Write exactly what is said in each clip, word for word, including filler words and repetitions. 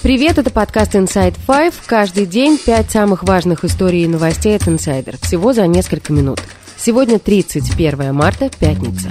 Привет, это подкаст Inside Five. Каждый день пять самых важных историй и новостей от Insider. Всего за несколько минут. Сегодня тридцать первое марта, пятница.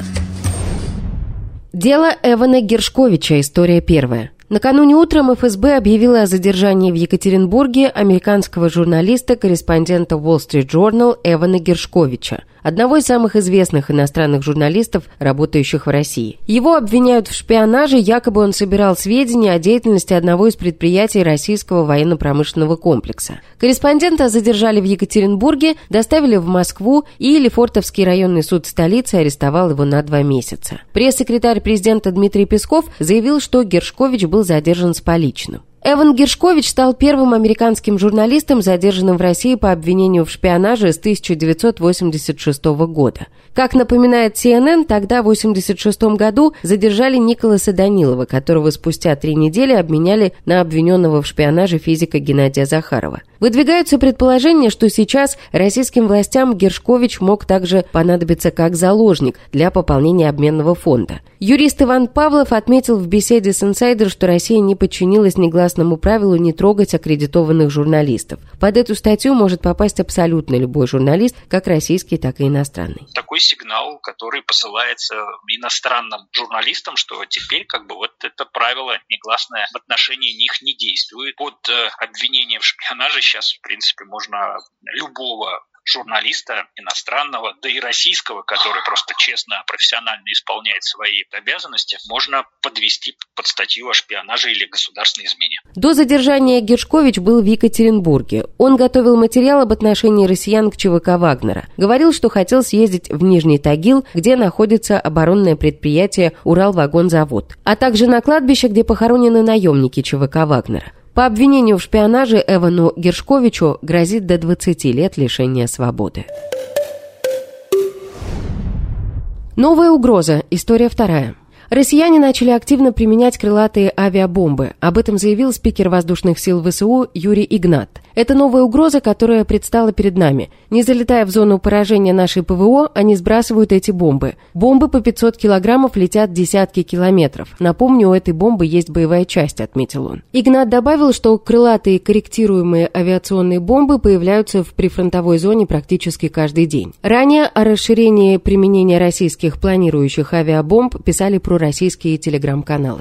Дело Эвана Гершковича. История первая. Накануне утром эф эс бэ объявила о задержании в Екатеринбурге американского журналиста-корреспондента Wall Street Journal Эвана Гершковича, одного из самых известных иностранных журналистов, работающих в России. Его обвиняют в шпионаже, якобы он собирал сведения о деятельности одного из предприятий российского военно-промышленного комплекса. Корреспондента задержали в Екатеринбурге, доставили в Москву, и Лефортовский районный суд столицы арестовал его на два месяца. Пресс-секретарь президента Дмитрий Песков заявил, что Гершкович был задержан с поличным. Эван Гершкович стал первым американским журналистом, задержанным в России по обвинению в шпионаже с тысяча девятьсот восемьдесят шестого года. Как напоминает си эн эн, тогда в восемьдесят шестом году задержали Николаса Данилова, которого спустя три недели обменяли на обвиненного в шпионаже физика Геннадия Захарова. Выдвигаются предположения, что сейчас российским властям Гершкович мог также понадобиться как заложник для пополнения обменного фонда. Юрист Иван Павлов отметил в беседе с Insider, что Россия не подчинилась негласному правилу не трогать аккредитованных журналистов. Под эту статью может попасть абсолютно любой журналист, как российский, так и иностранный. Такой сигнал, который посылается иностранным журналистам, что теперь как бы вот это правило негласное в отношении них не действует. Под э, обвинением в шпионаже сейчас, в принципе, можно любого журналиста иностранного, да и российского, который просто честно, профессионально исполняет свои обязанности, можно подвести под статью о шпионаже или государственной измене. До задержания Гершкович был в Екатеринбурге. Он готовил материал об отношении россиян к ЧВК Вагнера. Говорил, что хотел съездить в Нижний Тагил, где находится оборонное предприятие «Уралвагонзавод», а также на кладбище, где похоронены наемники ЧВК Вагнера. По обвинению в шпионаже Эвану Гершковичу грозит до двадцати лет лишения свободы. Новая угроза. История вторая. Россияне начали активно применять крылатые авиабомбы. Об этом заявил спикер воздушных сил вэ эс у Юрий Игнат. Это новая угроза, которая предстала перед нами. Не залетая в зону поражения нашей пэ вэ о, они сбрасывают эти бомбы. Бомбы по пятьсот килограммов летят десятки километров. Напомню, у этой бомбы есть боевая часть, отметил он. Игнат добавил, что крылатые корректируемые авиационные бомбы появляются в прифронтовой зоне практически каждый день. Ранее о расширении применения российских планирующих авиабомб писали пророссийские телеграм-каналы.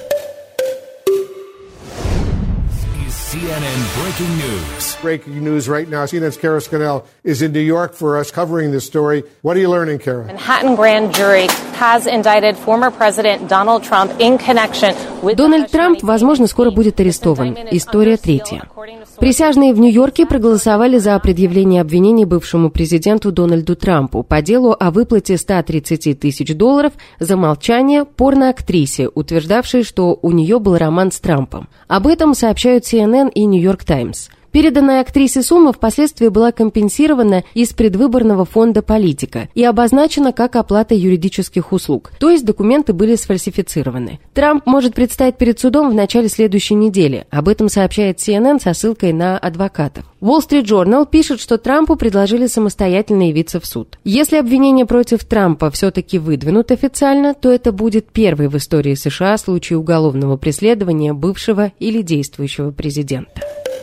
си эн эн Breaking News. Breaking news right now. C N N's Kara Scannell is in New York for us covering this story. What are you learning, Kara? Manhattan grand jury has indicted former President Donald Trump in connection with... Дональд Трамп, возможно, скоро будет арестован. История третья. Присяжные в Нью-Йорке проголосовали за предъявление обвинений бывшему президенту Дональду Трампу по делу о выплате ста тридцати тысяч долларов за молчание порноактрисе, утверждавшей, что у нее был роман с Трампом. Об этом сообщают си эн эн и Нью-Йорк Таймс. Переданная актрисе сумма впоследствии была компенсирована из предвыборного фонда «Политика» и обозначена как оплата юридических услуг, то есть документы были сфальсифицированы. Трамп может предстать перед судом в начале следующей недели. Об этом сообщает си эн эн со ссылкой на адвокатов. Wall Street Journal пишет, что Трампу предложили самостоятельно явиться в суд. Если обвинения против Трампа все-таки выдвинут официально, то это будет первый в истории США случай уголовного преследования бывшего или действующего президента.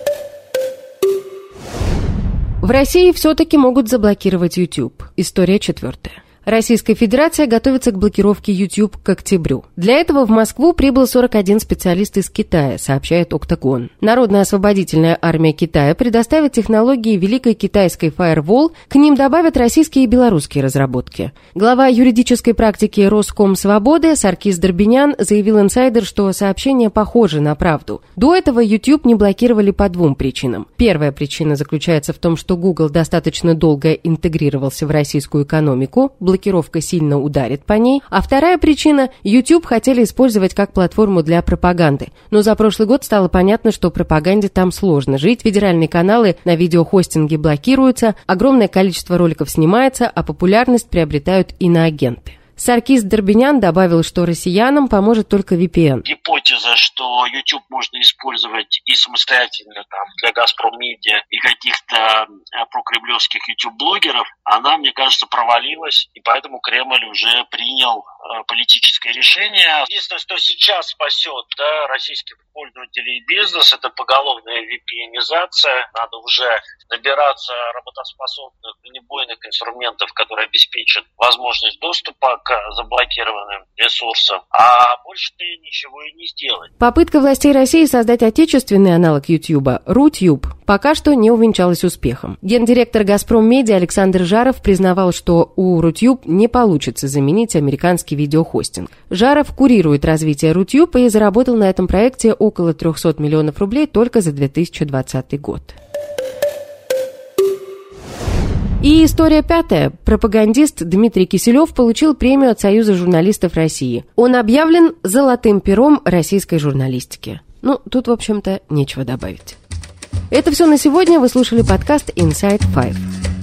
В России все-таки могут заблокировать YouTube. История четвертая. Российская Федерация готовится к блокировке YouTube к октябрю. Для этого в Москву прибыл сорок один специалист из Китая, сообщает Октагон. Народно-освободительная армия Китая предоставит технологии Великой Китайской Firewall, к ним добавят российские и белорусские разработки. Глава юридической практики Роскомсвободы Саркис Дорбинян заявил Insider, что сообщение похоже на правду. До этого YouTube не блокировали по двум причинам. Первая причина заключается в том, что Google достаточно долго интегрировался в российскую экономику, блокировка сильно ударит по ней. А вторая причина – YouTube хотели использовать как платформу для пропаганды. Но за прошлый год стало понятно, что пропаганде там сложно жить. Федеральные каналы на видеохостинге блокируются, огромное количество роликов снимается, а популярность приобретают иноагенты. Саркис Дорбинян добавил, что россиянам поможет только ви пи эн. Гипотеза, что YouTube можно использовать и самостоятельно там, для Газпром Медиа и каких-то прокремлевских YouTube-блогеров, она, мне кажется, провалилась, и поэтому Кремль уже принял политическое решение. Единственное, что сейчас спасет, да, российских пользователей и бизнес, это поголовная ви пи эн-изация. Надо уже набираться работоспособных бронебойных инструментов, которые обеспечат возможность доступа к заблокированным ресурсам. А больше ты ничего и не сделать. Попытка властей России создать отечественный аналог Ютьюба, Рутюб, пока что не увенчалась успехом. Гендиректор «Газпром Медиа» Александр Жаров признавал, что у Рутюб не получится заменить американский видеохостинг. Жаров курирует развитие Рутюб и заработал на этом проекте около триста миллионов рублей только за две тысячи двадцатый год. И история пятая. Пропагандист Дмитрий Киселев получил премию от Союза журналистов России. Он объявлен золотым пером российской журналистики. Ну, тут, в общем-то, нечего добавить. Это все на сегодня. Вы слушали подкаст Inside Five.